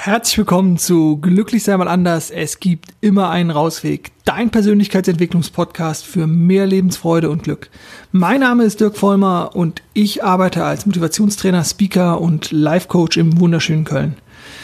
Herzlich willkommen zu Glücklich sei mal anders. Es gibt immer einen Rausweg. Dein Persönlichkeitsentwicklungspodcast für mehr Lebensfreude und Glück. Mein Name ist Dirk Vollmer und ich arbeite als Motivationstrainer, Speaker und Life-Coach im wunderschönen Köln.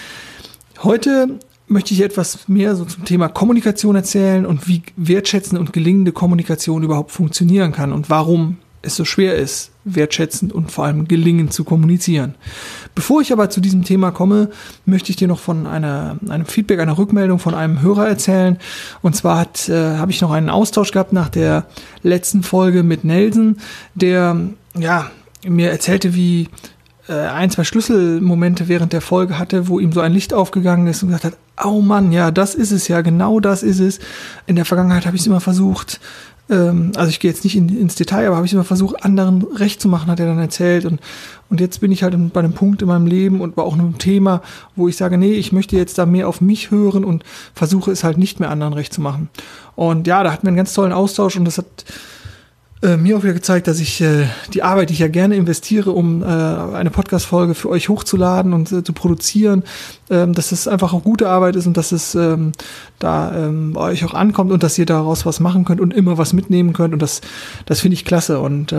Heute möchte ich etwas mehr so zum Thema Kommunikation erzählen und wie wertschätzende und gelingende Kommunikation überhaupt funktionieren kann und warum es so schwer ist, wertschätzend und vor allem gelingend zu kommunizieren. Bevor ich aber zu diesem Thema komme, möchte ich dir noch von einem Feedback, einer Rückmeldung von einem Hörer erzählen. Und zwar habe ich noch einen Austausch gehabt nach der letzten Folge mit Nelson, der mir erzählte, wie ein, zwei Schlüsselmomente während der Folge hatte, wo ihm so ein Licht aufgegangen ist und gesagt hat, oh Mann, ja, das ist es ja, genau das ist es. In der Vergangenheit habe ich es immer versucht, also ich gehe jetzt nicht ins Detail, aber habe ich immer versucht, anderen recht zu machen, hat er dann erzählt. Und jetzt bin ich halt bei einem Punkt in meinem Leben und bei auch einem Thema, wo ich sage, nee, ich möchte jetzt da mehr auf mich hören und versuche es halt nicht mehr anderen recht zu machen. Und ja, da hatten wir einen ganz tollen Austausch und das hat mir auch wieder gezeigt, dass ich die Arbeit, die ich ja gerne investiere, um eine Podcast-Folge für euch hochzuladen und zu produzieren, dass es einfach auch gute Arbeit ist und dass es bei euch auch ankommt und dass ihr daraus was machen könnt und immer was mitnehmen könnt und das finde ich klasse und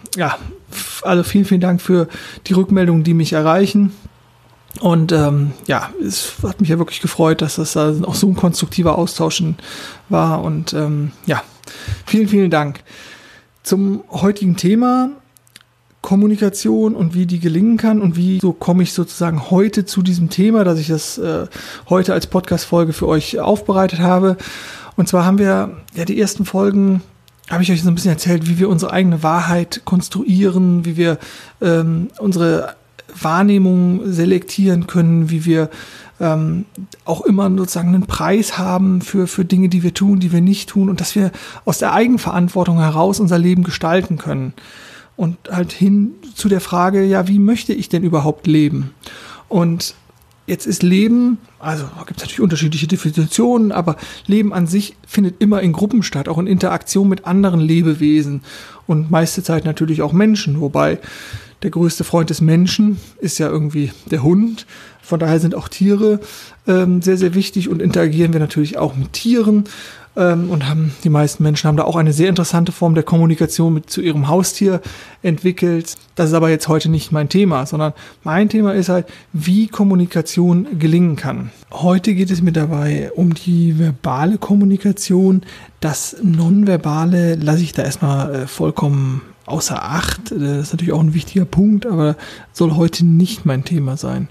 also vielen, vielen Dank für die Rückmeldungen, die mich erreichen. Und es hat mich ja wirklich gefreut, dass das auch so ein konstruktiver Austausch war und vielen, vielen Dank. Zum heutigen Thema Kommunikation und wie die gelingen kann und so komme ich sozusagen heute zu diesem Thema, dass ich das heute als Podcast-Folge für euch aufbereitet habe. Und zwar haben wir die ersten Folgen, habe ich euch so ein bisschen erzählt, wie wir unsere eigene Wahrheit konstruieren, wie wir unsere Wahrnehmung selektieren können, wie wir auch immer sozusagen einen Preis haben für Dinge, die wir tun, die wir nicht tun und dass wir aus der Eigenverantwortung heraus unser Leben gestalten können. Und halt hin zu der Frage, ja, wie möchte ich denn überhaupt leben? Und jetzt ist Leben, also da gibt es natürlich unterschiedliche Definitionen, aber Leben an sich findet immer in Gruppen statt, auch in Interaktion mit anderen Lebewesen und meiste Zeit natürlich auch Menschen, wobei der größte Freund des Menschen ist ja irgendwie der Hund. Von daher sind auch Tiere sehr, sehr wichtig und interagieren wir natürlich auch mit Tieren und die meisten Menschen haben da auch eine sehr interessante Form der Kommunikation zu ihrem Haustier entwickelt. Das ist aber jetzt heute nicht mein Thema, sondern mein Thema ist halt, wie Kommunikation gelingen kann. Heute geht es mir dabei um die verbale Kommunikation. Das Nonverbale lasse ich da erstmal vollkommen außer Acht. Das ist natürlich auch ein wichtiger Punkt, aber soll heute nicht mein Thema sein.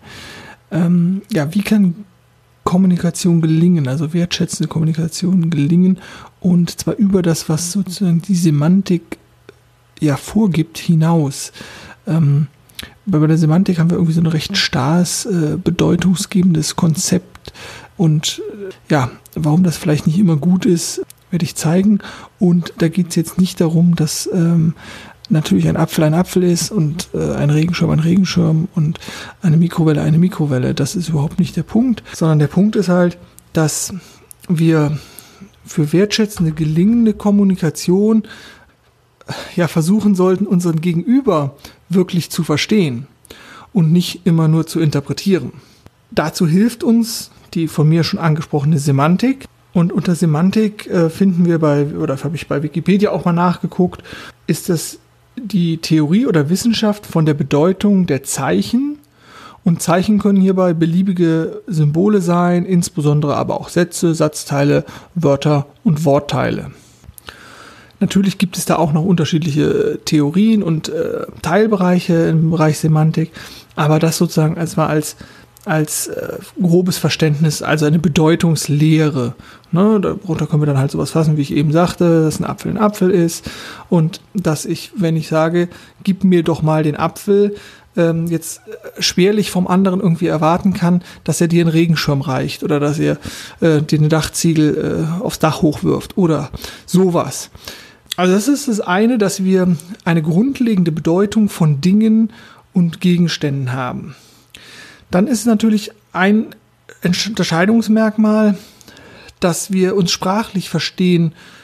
Wie kann Kommunikation gelingen, also wertschätzende Kommunikation gelingen und zwar über das, was sozusagen die Semantik vorgibt, hinaus. Bei der Semantik haben wir irgendwie so ein recht starres, bedeutungsgebendes Konzept und warum das vielleicht nicht immer gut ist, werde ich zeigen. Und da geht es jetzt nicht darum, dass natürlich ein Apfel ist und ein Regenschirm und eine Mikrowelle. Das ist überhaupt nicht der Punkt, sondern der Punkt ist halt, dass wir für wertschätzende, gelingende Kommunikation versuchen sollten, unseren Gegenüber wirklich zu verstehen und nicht immer nur zu interpretieren. Dazu hilft uns die von mir schon angesprochene Semantik. Und unter Semantik finden wir habe ich bei Wikipedia auch mal nachgeguckt, ist das die Theorie oder Wissenschaft von der Bedeutung der Zeichen. Und Zeichen können hierbei beliebige Symbole sein, insbesondere aber auch Sätze, Satzteile, Wörter und Wortteile. Natürlich gibt es da auch noch unterschiedliche Theorien und Teilbereiche im Bereich Semantik, aber das sozusagen als grobes Verständnis, also eine Bedeutungslehre. Ne, darunter können wir dann halt sowas fassen, wie ich eben sagte, dass ein Apfel ist und dass ich, wenn ich sage, gib mir doch mal den Apfel, jetzt schwerlich vom anderen irgendwie erwarten kann, dass er dir einen Regenschirm reicht oder dass er dir eine Dachziegel aufs Dach hochwirft oder sowas. Also das ist das eine, dass wir eine grundlegende Bedeutung von Dingen und Gegenständen haben. Dann ist natürlich ein Unterscheidungsmerkmal, dass wir uns sprachlich verstehen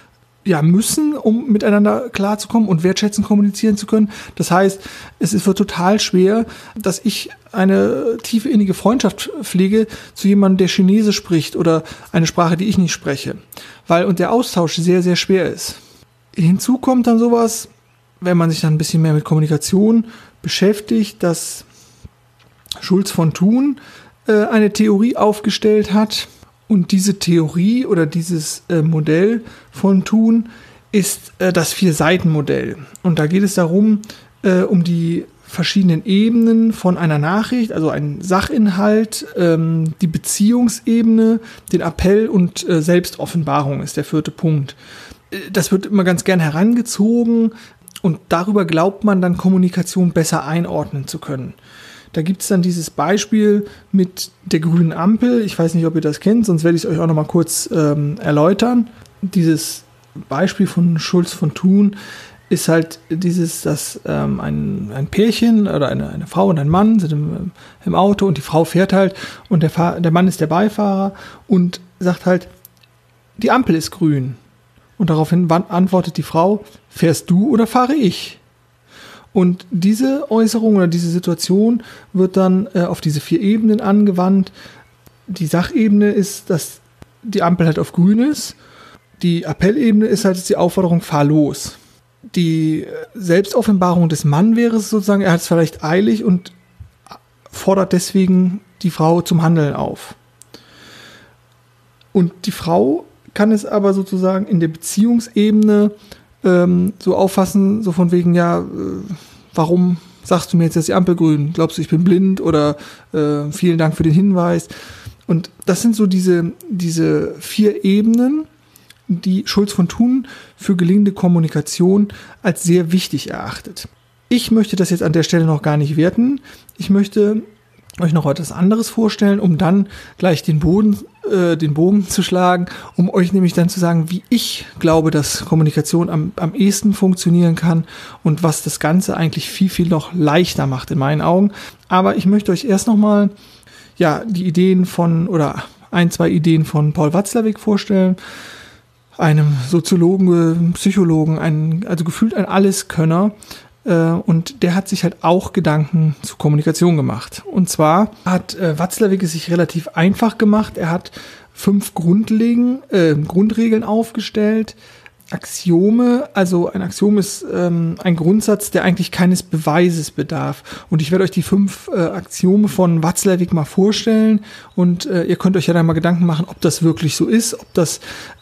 müssen, um miteinander klarzukommen und wertschätzend kommunizieren zu können. Das heißt, wird total schwer, dass ich eine tiefe innige Freundschaft pflege zu jemandem, der Chinesisch spricht oder eine Sprache, die ich nicht spreche, und der Austausch sehr, sehr schwer ist. Hinzu kommt dann sowas, wenn man sich dann ein bisschen mehr mit Kommunikation beschäftigt, dass Schulz von Thun eine Theorie aufgestellt hat. Und diese Theorie oder dieses Modell von Thun ist das 4-Seiten-Modell. Und da geht es darum, um die verschiedenen Ebenen von einer Nachricht, also einen Sachinhalt, die Beziehungsebene, den Appell und Selbstoffenbarung ist der 4. Punkt. Das wird immer ganz gern herangezogen und darüber glaubt man dann Kommunikation besser einordnen zu können. Da gibt es dann dieses Beispiel mit der grünen Ampel. Ich weiß nicht, ob ihr das kennt, sonst werde ich es euch auch noch mal kurz erläutern. Dieses Beispiel von Schulz von Thun ist halt dass ein Pärchen oder eine Frau und ein Mann sind im Auto und die Frau fährt halt und der Mann ist der Beifahrer und sagt halt, die Ampel ist grün. Und daraufhin antwortet die Frau, fährst du oder fahre ich? Und diese Äußerung oder diese Situation wird dann auf diese 4 Ebenen angewandt. Die Sachebene ist, dass die Ampel halt auf grün ist. Die Appellebene ist halt die Aufforderung, fahr los. Die Selbstoffenbarung des Mannes wäre es sozusagen, er hat es vielleicht eilig und fordert deswegen die Frau zum Handeln auf. Und die Frau kann es aber sozusagen in der Beziehungsebene so auffassen, so von wegen, warum sagst du mir jetzt, dass die Ampel grün? Glaubst du, ich bin blind? Oder vielen Dank für den Hinweis. Und das sind so diese 4 Ebenen, die Schulz von Thun für gelingende Kommunikation als sehr wichtig erachtet. Ich möchte das jetzt an der Stelle noch gar nicht werten. Ich möchte euch noch etwas anderes vorstellen, um dann gleich den Bogen zu schlagen, um euch nämlich dann zu sagen, wie ich glaube, dass Kommunikation am ehesten funktionieren kann und was das Ganze eigentlich viel, viel noch leichter macht in meinen Augen. Aber ich möchte euch erst nochmal die Ideen oder 2 Ideen von Paul Watzlawick vorstellen, einem Soziologen, Psychologen, also gefühlt ein Alleskönner. Und der hat sich halt auch Gedanken zur Kommunikation gemacht. Und zwar hat Watzlawick es sich relativ einfach gemacht. Er hat 5 Grundregeln aufgestellt. Axiome, also ein Axiom ist ein Grundsatz, der eigentlich keines Beweises bedarf. Und ich werde euch die 5 Axiome von Watzlawick mal vorstellen. Und ihr könnt euch ja dann mal Gedanken machen, ob das wirklich so ist, ob das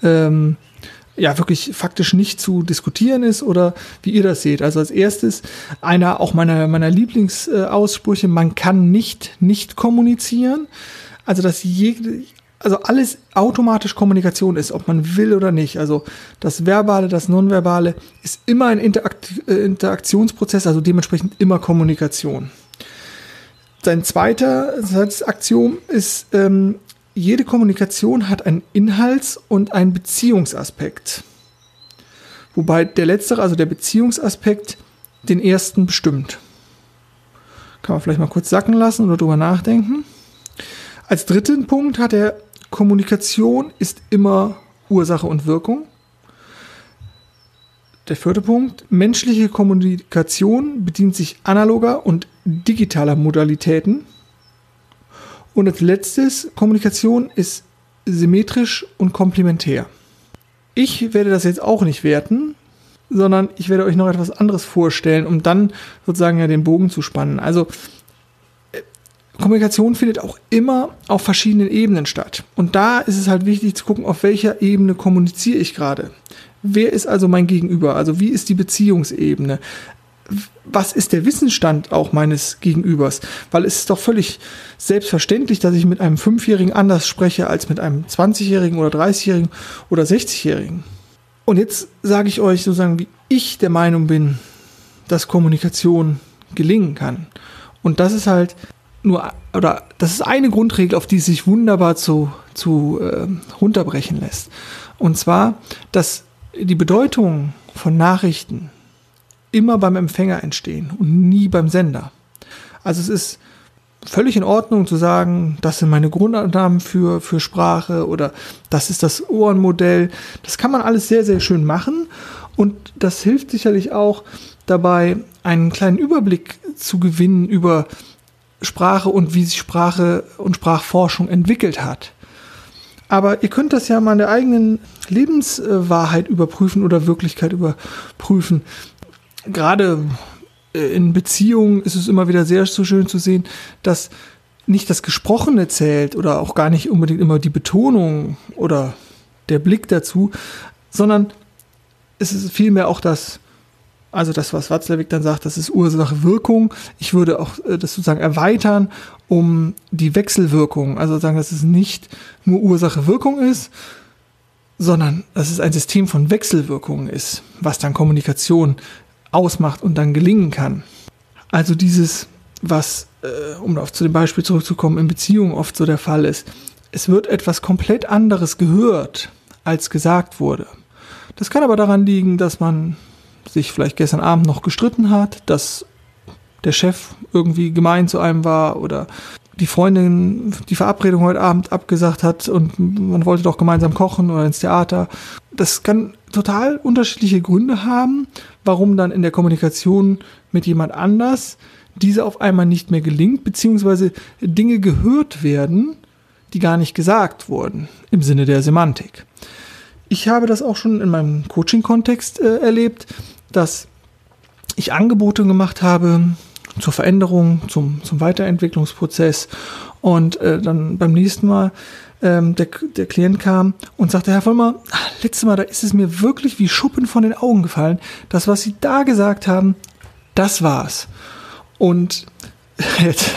wirklich faktisch nicht zu diskutieren ist oder wie ihr das seht. Also als erstes einer auch meiner Lieblingsaussprüche, man kann nicht kommunizieren. Also dass alles automatisch Kommunikation ist, ob man will oder nicht. Also das Verbale, das Nonverbale ist immer ein Interaktionsprozess, also dementsprechend immer Kommunikation. Sein zweites Axiom ist, jede Kommunikation hat einen Inhalts- und einen Beziehungsaspekt. Wobei der letztere, also der Beziehungsaspekt, den ersten bestimmt. Kann man vielleicht mal kurz sacken lassen oder drüber nachdenken. Als 3. Punkt hat er, Kommunikation ist immer Ursache und Wirkung. Der 4. Punkt, menschliche Kommunikation bedient sich analoger und digitaler Modalitäten. Und als letztes, Kommunikation ist symmetrisch und komplementär. Ich werde das jetzt auch nicht werten, sondern ich werde euch noch etwas anderes vorstellen, um dann sozusagen den Bogen zu spannen. Also Kommunikation findet auch immer auf verschiedenen Ebenen statt. Und da ist es halt wichtig zu gucken, auf welcher Ebene kommuniziere ich gerade. Wer ist also mein Gegenüber? Also wie ist die Beziehungsebene? Was ist der Wissensstand auch meines Gegenübers? Weil es ist doch völlig selbstverständlich, dass ich mit einem 5-Jährigen anders spreche als mit einem 20-Jährigen oder 30-Jährigen oder 60-Jährigen. Und jetzt sage ich euch sozusagen, wie ich der Meinung bin, dass Kommunikation gelingen kann. Und das ist halt das ist eine Grundregel, auf die es sich wunderbar runterbrechen lässt. Und zwar, dass die Bedeutung von Nachrichten immer beim Empfänger entstehen und nie beim Sender. Also es ist völlig in Ordnung zu sagen, das sind meine Grundannahmen für Sprache oder das ist das Ohrenmodell. Das kann man alles sehr, sehr schön machen und das hilft sicherlich auch dabei, einen kleinen Überblick zu gewinnen über Sprache und wie sich Sprache und Sprachforschung entwickelt hat. Aber ihr könnt das ja mal an der eigenen Lebenswahrheit überprüfen oder Wirklichkeit überprüfen. Gerade in Beziehungen ist es immer wieder sehr so schön zu sehen, dass nicht das Gesprochene zählt oder auch gar nicht unbedingt immer die Betonung oder der Blick dazu, sondern es ist vielmehr auch das, was Watzlawick dann sagt, das ist Ursache-Wirkung. Ich würde auch das sozusagen erweitern um die Wechselwirkung. Also sagen, dass es nicht nur Ursache-Wirkung ist, sondern dass es ein System von Wechselwirkungen ist, was dann Kommunikation ausmacht und dann gelingen kann. Also dieses, was, um zu dem Beispiel zurückzukommen, in Beziehungen oft so der Fall ist, es wird etwas komplett anderes gehört, als gesagt wurde. Das kann aber daran liegen, dass man sich vielleicht gestern Abend noch gestritten hat, dass der Chef irgendwie gemein zu einem war oder die Freundin die Verabredung heute Abend abgesagt hat und man wollte doch gemeinsam kochen oder ins Theater. Das kann total unterschiedliche Gründe haben, warum dann in der Kommunikation mit jemand anders diese auf einmal nicht mehr gelingt, beziehungsweise Dinge gehört werden, die gar nicht gesagt wurden, im Sinne der Semantik. Ich habe das auch schon in meinem Coaching-Kontext erlebt, dass ich Angebote gemacht habe zur Veränderung, zum Weiterentwicklungsprozess und dann beim nächsten Mal der Klient kam und sagte, Herr Vollmer, letztes Mal, da ist es mir wirklich wie Schuppen von den Augen gefallen. Das, was Sie da gesagt haben, das war's. Und jetzt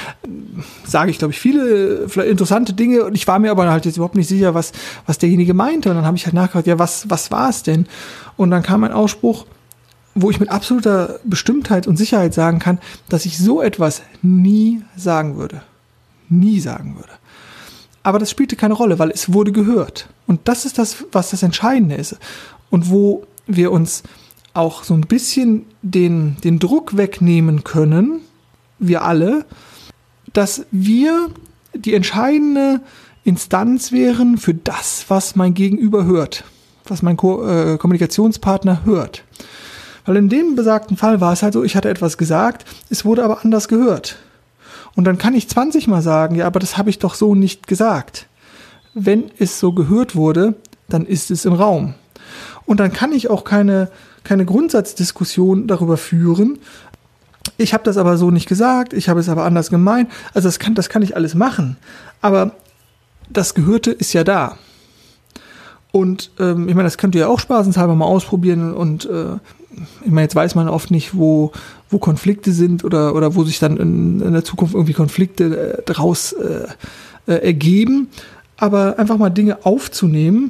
sage ich, glaube ich, viele vielleicht interessante Dinge und ich war mir aber halt jetzt überhaupt nicht sicher, was derjenige meinte. Und dann habe ich halt nachgefragt, ja, was war es denn? Und dann kam ein Ausspruch, wo ich mit absoluter Bestimmtheit und Sicherheit sagen kann, dass ich so etwas nie sagen würde. Nie sagen würde. Aber das spielte keine Rolle, weil es wurde gehört. Und das ist das, was das Entscheidende ist. Und wo wir uns auch so ein bisschen den Druck wegnehmen können, wir alle, dass wir die entscheidende Instanz wären für das, was mein Gegenüber hört, was mein Kommunikationspartner hört. Weil in dem besagten Fall war es halt so, ich hatte etwas gesagt, es wurde aber anders gehört. Und dann kann ich 20 Mal sagen, ja, aber das habe ich doch so nicht gesagt. Wenn es so gehört wurde, dann ist es im Raum. Und dann kann ich auch keine Grundsatzdiskussion darüber führen, ich habe das aber so nicht gesagt, ich habe es aber anders gemeint. Also das kann ich alles machen. Aber das Gehörte ist ja da. Und ich meine, das könnt ihr ja auch spaßenshalber mal ausprobieren. Und ich meine, jetzt weiß man oft nicht, wo Konflikte sind oder wo sich dann in der Zukunft irgendwie Konflikte daraus ergeben. Aber einfach mal Dinge aufzunehmen,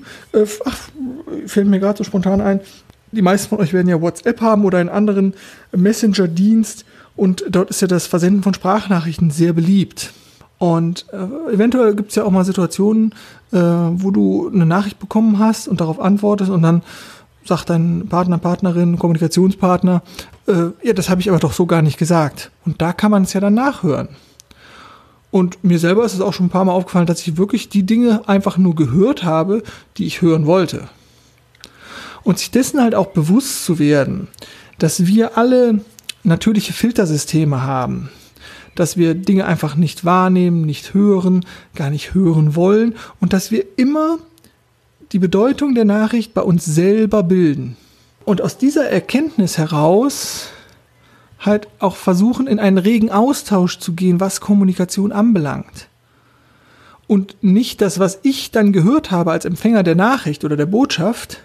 fällt mir gerade so spontan ein, die meisten von euch werden ja WhatsApp haben oder einen anderen Messenger-Dienst und dort ist ja das Versenden von Sprachnachrichten sehr beliebt. Und eventuell gibt es ja auch mal Situationen, wo du eine Nachricht bekommen hast und darauf antwortest und dann sagt dein Partner, Partnerin, Kommunikationspartner, ja, das habe ich aber doch so gar nicht gesagt. Und da kann man es ja dann nachhören. Und mir selber ist es auch schon ein paar Mal aufgefallen, dass ich wirklich die Dinge einfach nur gehört habe, die ich hören wollte. Und sich dessen halt auch bewusst zu werden, dass wir alle natürliche Filtersysteme haben, dass wir Dinge einfach nicht wahrnehmen, nicht hören, gar nicht hören wollen und dass wir immer die Bedeutung der Nachricht bei uns selber bilden. Und aus dieser Erkenntnis heraus halt auch versuchen, in einen regen Austausch zu gehen, was Kommunikation anbelangt. Und nicht das, was ich dann gehört habe als Empfänger der Nachricht oder der Botschaft,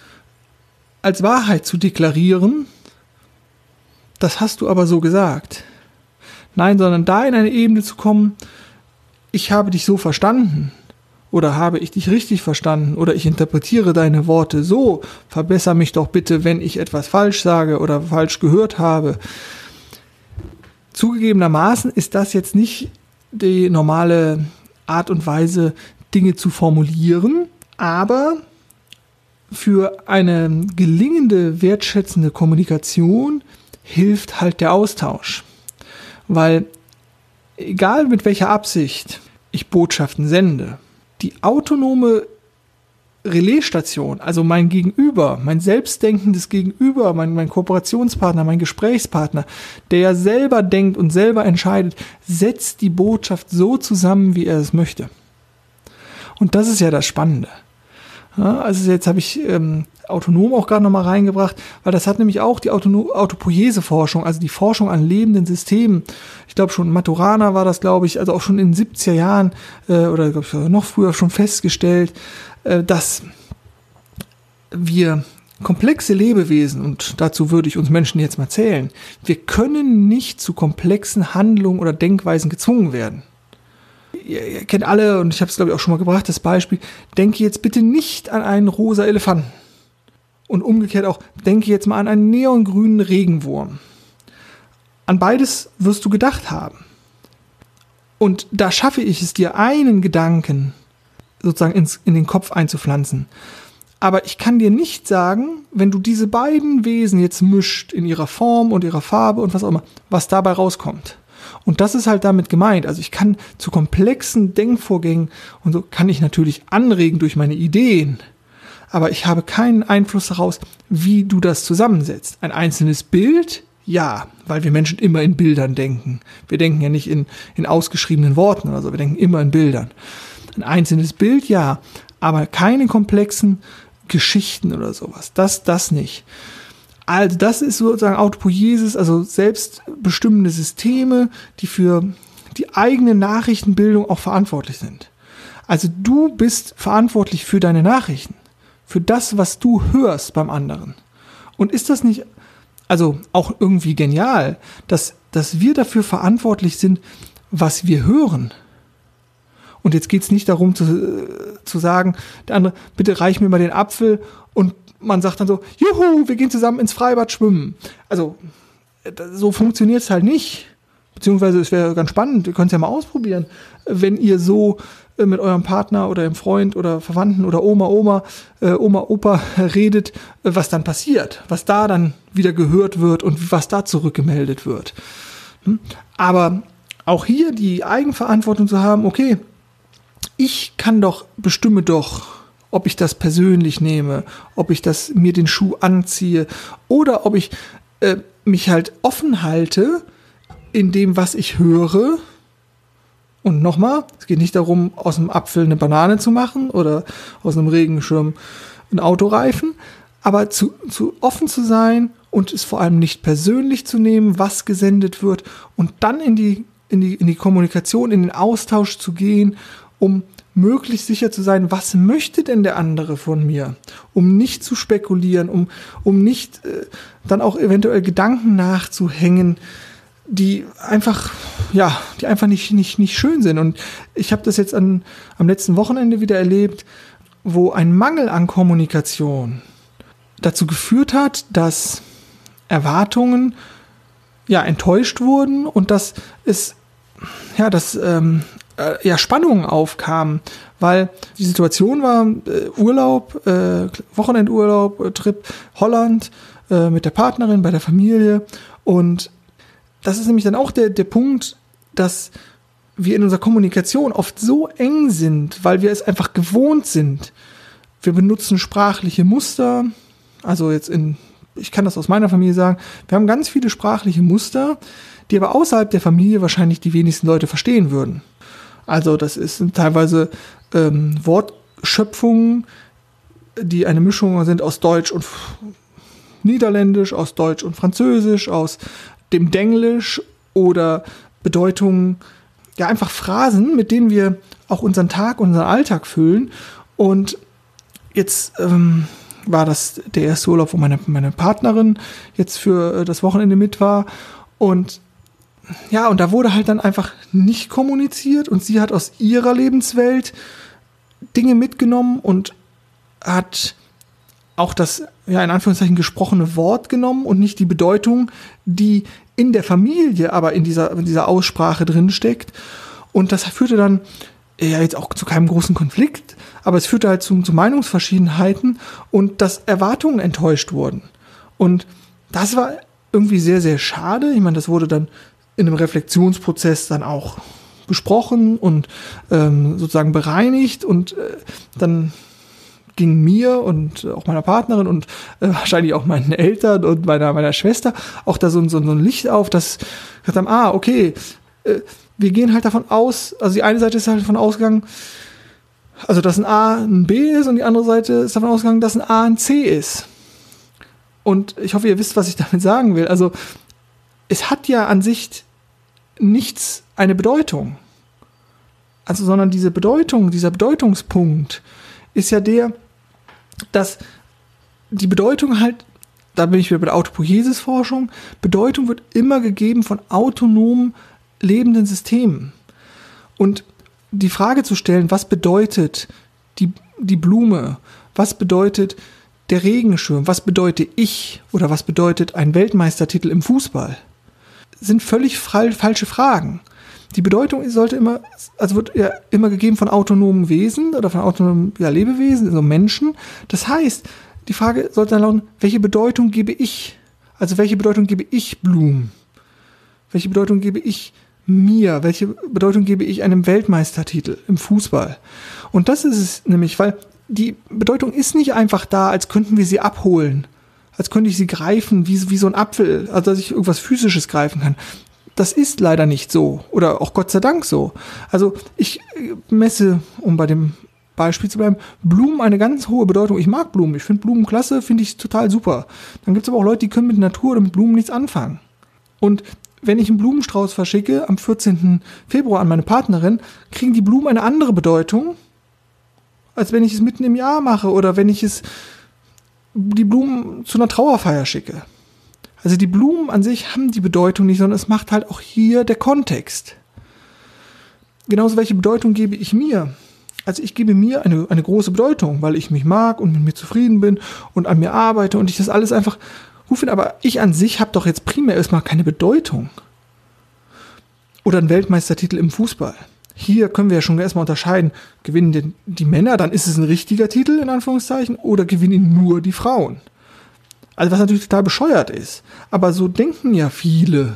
als Wahrheit zu deklarieren, das hast du aber so gesagt. Nein, sondern da in eine Ebene zu kommen, ich habe dich so verstanden oder habe ich dich richtig verstanden oder ich interpretiere deine Worte so, verbessere mich doch bitte, wenn ich etwas falsch sage oder falsch gehört habe. Zugegebenermaßen ist das jetzt nicht die normale Art und Weise, Dinge zu formulieren, aber für eine gelingende, wertschätzende Kommunikation hilft halt der Austausch. Weil egal mit welcher Absicht ich Botschaften sende, die autonome Relaisstation, also mein Gegenüber, mein selbstdenkendes Gegenüber, mein Kooperationspartner, mein Gesprächspartner, der ja selber denkt und selber entscheidet, setzt die Botschaft so zusammen, wie er es möchte. Und das ist ja das Spannende. Ja, also jetzt habe ich autonom auch gerade nochmal reingebracht, weil das hat nämlich auch die Autopoiese-Forschung, also die Forschung an lebenden Systemen. Ich glaube schon Maturana war das, glaube ich, also auch schon in den 70er Jahren oder glaube ich noch früher schon festgestellt, dass wir komplexe Lebewesen, und dazu würde ich uns Menschen jetzt mal zählen, wir können nicht zu komplexen Handlungen oder Denkweisen gezwungen werden. Ihr kennt alle, und ich habe es glaube ich auch schon mal gebracht, das Beispiel, denke jetzt bitte nicht an einen rosa Elefanten. Und umgekehrt auch, denke jetzt mal an einen neongrünen Regenwurm. An beides wirst du gedacht haben. Und da schaffe ich es dir, einen Gedanken sozusagen in den Kopf einzupflanzen. Aber ich kann dir nicht sagen, wenn du diese beiden Wesen jetzt mischt, in ihrer Form und ihrer Farbe und was auch immer, was dabei rauskommt. Und das ist halt damit gemeint. Also ich kann zu komplexen Denkvorgängen und so kann ich natürlich anregen durch meine Ideen, aber ich habe keinen Einfluss daraus, wie du das zusammensetzt. Ein einzelnes Bild, ja, weil wir Menschen immer in Bildern denken. Wir denken ja nicht in ausgeschriebenen Worten oder so, wir denken immer in Bildern. Ein einzelnes Bild, ja, aber keine komplexen Geschichten oder sowas. Das nicht. Also das ist sozusagen Autopoiesis, also selbstbestimmende Systeme, die für die eigene Nachrichtenbildung auch verantwortlich sind. Also du bist verantwortlich für deine Nachrichten, für das, was du hörst beim anderen. Und ist das nicht also auch irgendwie genial, dass wir dafür verantwortlich sind, was wir hören? Und jetzt geht es nicht darum zu sagen, der andere, bitte reich mir mal den Apfel, und man sagt dann so, juhu, wir gehen zusammen ins Freibad schwimmen. Also so funktioniert es halt nicht. Beziehungsweise es wäre ganz spannend, ihr könnt es ja mal ausprobieren, wenn ihr so mit eurem Partner oder dem Freund oder Verwandten oder Oma, Opa redet, was dann passiert, was da dann wieder gehört wird und was da zurückgemeldet wird. Aber auch hier die Eigenverantwortung zu haben, okay, ich bestimme doch, ob ich das persönlich nehme, ob ich mir den Schuh anziehe oder ob ich mich halt offen halte in dem, was ich höre. Und nochmal, es geht nicht darum, aus einem Apfel eine Banane zu machen oder aus einem Regenschirm einen Autoreifen, aber zu offen zu sein und es vor allem nicht persönlich zu nehmen, was gesendet wird, und dann in die Kommunikation, in den Austausch zu gehen, um möglichst sicher zu sein, was möchte denn der andere von mir, um nicht zu spekulieren, um nicht dann auch eventuell Gedanken nachzuhängen, die einfach nicht schön sind. Und ich habe das jetzt am letzten Wochenende wieder erlebt, wo ein Mangel an Kommunikation dazu geführt hat, dass Erwartungen enttäuscht wurden und dass Spannungen aufkamen, weil die Situation war Urlaub, Wochenendurlaub, Trip Holland mit der Partnerin, bei der Familie, und das ist nämlich dann auch der Punkt, dass wir in unserer Kommunikation oft so eng sind, weil wir es einfach gewohnt sind. Wir benutzen sprachliche Muster, also ich kann das aus meiner Familie sagen, wir haben ganz viele sprachliche Muster, die aber außerhalb der Familie wahrscheinlich die wenigsten Leute verstehen würden. Also das sind teilweise Wortschöpfungen, die eine Mischung sind aus Deutsch und Niederländisch, aus Deutsch und Französisch, aus dem Denglisch oder Bedeutungen, einfach Phrasen, mit denen wir auch unseren Tag, unseren Alltag füllen. Und jetzt war das der erste Urlaub, wo meine Partnerin jetzt für das Wochenende mit war. Und da wurde halt dann einfach nicht kommuniziert, und sie hat aus ihrer Lebenswelt Dinge mitgenommen und hat auch das, in Anführungszeichen, gesprochene Wort genommen und nicht die Bedeutung, die in der Familie, aber in dieser Aussprache drin steckt. Und das führte dann jetzt auch zu keinem großen Konflikt, aber es führte halt zu Meinungsverschiedenheiten und dass Erwartungen enttäuscht wurden. Und das war irgendwie sehr, sehr schade. Ich meine, das wurde dann in einem Reflexionsprozess dann auch besprochen und sozusagen bereinigt und dann ging mir und auch meiner Partnerin und wahrscheinlich auch meinen Eltern und meiner Schwester auch da so ein Licht auf, dass wir gesagt haben, okay, wir gehen halt davon aus, also die eine Seite ist halt davon ausgegangen, also dass ein A ein B ist und die andere Seite ist davon ausgegangen, dass ein A ein C ist. Und ich hoffe, ihr wisst, was ich damit sagen will. Also es hat ja an sich nichts eine Bedeutung. Also, sondern diese Bedeutung, dieser Bedeutungspunkt ist ja der, dass die Bedeutung halt, da bin ich wieder bei der Autopoiesis-Forschung, Bedeutung wird immer gegeben von autonom lebenden Systemen. Und die Frage zu stellen, was bedeutet die Blume, was bedeutet der Regenschirm, was bedeutet ich oder was bedeutet ein Weltmeistertitel im Fußball, sind völlig falsche Fragen. Die Bedeutung wird ja immer gegeben von autonomen Wesen oder von autonomen Lebewesen, also Menschen. Das heißt, die Frage sollte dann lauten, welche Bedeutung gebe ich? Also welche Bedeutung gebe ich Blumen? Welche Bedeutung gebe ich mir? Welche Bedeutung gebe ich einem Weltmeistertitel im Fußball? Und das ist es nämlich, weil die Bedeutung ist nicht einfach da, als könnten wir sie abholen, als könnte ich sie greifen, wie so ein Apfel, also dass ich irgendwas Physisches greifen kann. Das ist leider nicht so oder auch Gott sei Dank so. Also ich messe, um bei dem Beispiel zu bleiben, Blumen eine ganz hohe Bedeutung. Ich mag Blumen, ich finde Blumen klasse, finde ich total super. Dann gibt es aber auch Leute, die können mit Natur oder mit Blumen nichts anfangen. Und wenn ich einen Blumenstrauß verschicke am 14. Februar an meine Partnerin, kriegen die Blumen eine andere Bedeutung, als wenn ich es mitten im Jahr mache oder wenn ich die Blumen zu einer Trauerfeier schicke. Also die Blumen an sich haben die Bedeutung nicht, sondern es macht halt auch hier der Kontext. Genauso, welche Bedeutung gebe ich mir? Also ich gebe mir eine große Bedeutung, weil ich mich mag und mit mir zufrieden bin und an mir arbeite und ich das alles einfach gut finde. Aber ich an sich habe doch jetzt primär erstmal keine Bedeutung. Oder ein Weltmeistertitel im Fußball. Hier können wir ja schon erstmal unterscheiden, gewinnen die Männer, dann ist es ein richtiger Titel, in Anführungszeichen, oder gewinnen ihn nur die Frauen. Also was natürlich total bescheuert ist. Aber so denken ja viele.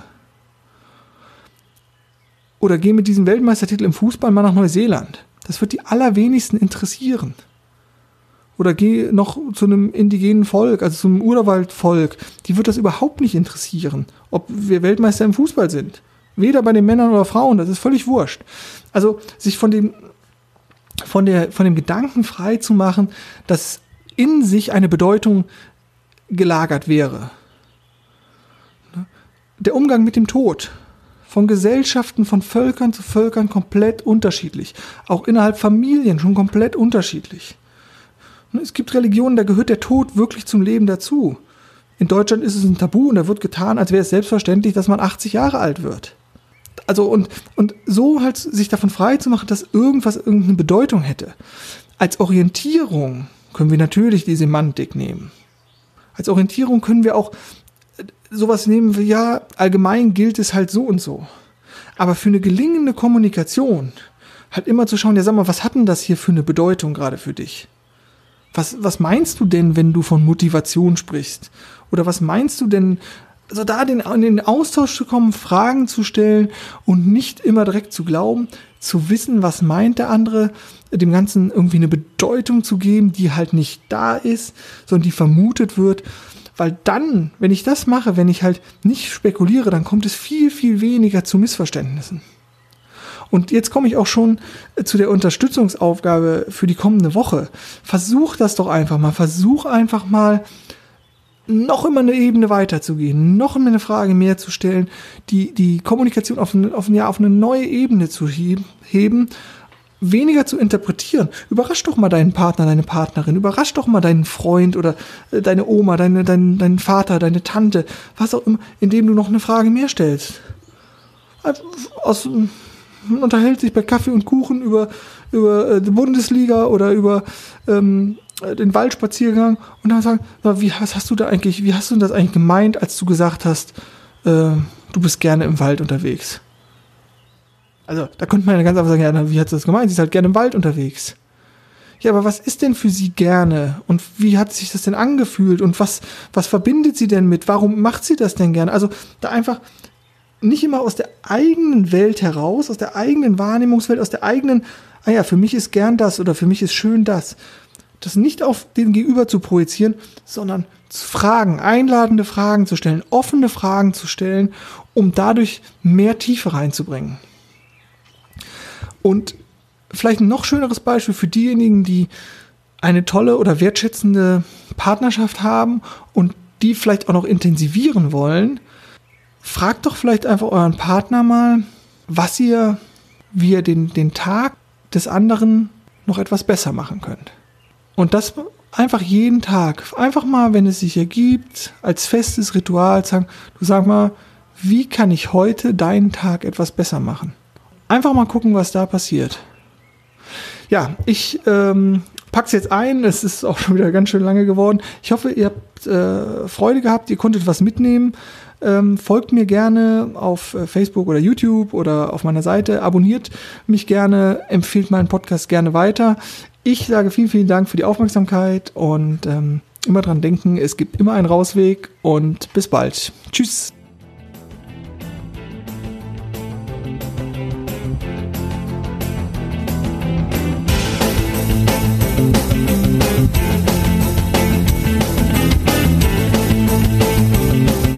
Oder geh mit diesem Weltmeistertitel im Fußball mal nach Neuseeland. Das wird die allerwenigsten interessieren. Oder geh noch zu einem indigenen Volk, also zum Urwaldvolk. Die wird das überhaupt nicht interessieren, ob wir Weltmeister im Fußball sind. Weder bei den Männern oder Frauen, das ist völlig wurscht. Also sich von dem Gedanken frei zu machen, dass in sich eine Bedeutung gelagert wäre. Der Umgang mit dem Tod. Von Gesellschaften, von Völkern zu Völkern komplett unterschiedlich. Auch innerhalb Familien schon komplett unterschiedlich. Es gibt Religionen, da gehört der Tod wirklich zum Leben dazu. In Deutschland ist es ein Tabu und da wird getan, als wäre es selbstverständlich, dass man 80 Jahre alt wird. Also und so halt sich davon frei zu machen, dass irgendwas irgendeine Bedeutung hätte. Als Orientierung können wir natürlich die Semantik nehmen. Als Orientierung können wir auch sowas nehmen wie, ja, allgemein gilt es halt so und so. Aber für eine gelingende Kommunikation halt immer zu schauen, ja, sag mal, was hat denn das hier für eine Bedeutung gerade für dich? Was meinst du denn, wenn du von Motivation sprichst? Oder was meinst du denn, also da in den Austausch zu kommen, Fragen zu stellen und nicht immer direkt zu glauben, zu wissen, was meint der andere, dem Ganzen irgendwie eine Bedeutung zu geben, die halt nicht da ist, sondern die vermutet wird. Weil dann, wenn ich das mache, wenn ich halt nicht spekuliere, dann kommt es viel, viel weniger zu Missverständnissen. Und jetzt komme ich auch schon zu der Unterstützungsaufgabe für die kommende Woche. Versuch das doch einfach mal. Versuch einfach mal, noch immer eine Ebene weiterzugehen, noch immer eine Frage mehr zu stellen, die Kommunikation auf eine neue Ebene zu heben, weniger zu interpretieren. Überrasch doch mal deinen Partner, deine Partnerin, überrasch doch mal deinen Freund oder deine Oma, deinen Vater, deine Tante, was auch immer, indem du noch eine Frage mehr stellst. Man unterhält sich bei Kaffee und Kuchen über die Bundesliga oder über den Waldspaziergang und dann sagen, wie hast du das eigentlich gemeint, als du gesagt hast, du bist gerne im Wald unterwegs? Also, da könnte man ja ganz einfach sagen, ja, wie hat sie das gemeint? Sie ist halt gerne im Wald unterwegs. Ja, aber was ist denn für sie gerne? Und wie hat sich das denn angefühlt? Und was verbindet sie denn mit? Warum macht sie das denn gerne? Also, da einfach nicht immer aus der eigenen Welt heraus, aus der eigenen Wahrnehmungswelt, aus der eigenen, für mich ist gern das oder für mich ist schön das. Das nicht auf den Gegenüber zu projizieren, sondern zu fragen, einladende Fragen zu stellen, offene Fragen zu stellen, um dadurch mehr Tiefe reinzubringen. Und vielleicht ein noch schöneres Beispiel für diejenigen, die eine tolle oder wertschätzende Partnerschaft haben und die vielleicht auch noch intensivieren wollen, fragt doch vielleicht einfach euren Partner mal, wie ihr den Tag des anderen noch etwas besser machen könnt. Und das einfach jeden Tag, einfach mal, wenn es sich ergibt, als festes Ritual sagen, du sag mal, wie kann ich heute deinen Tag etwas besser machen? Einfach mal gucken, was da passiert. Ja, ich pack's jetzt ein, es ist auch schon wieder ganz schön lange geworden. Ich hoffe, ihr habt Freude gehabt, ihr konntet was mitnehmen. Folgt mir gerne auf Facebook oder YouTube oder auf meiner Seite, abonniert mich gerne, empfehlt meinen Podcast gerne weiter. Ich sage vielen, vielen Dank für die Aufmerksamkeit und immer dran denken, es gibt immer einen Rausweg und bis bald. Tschüss.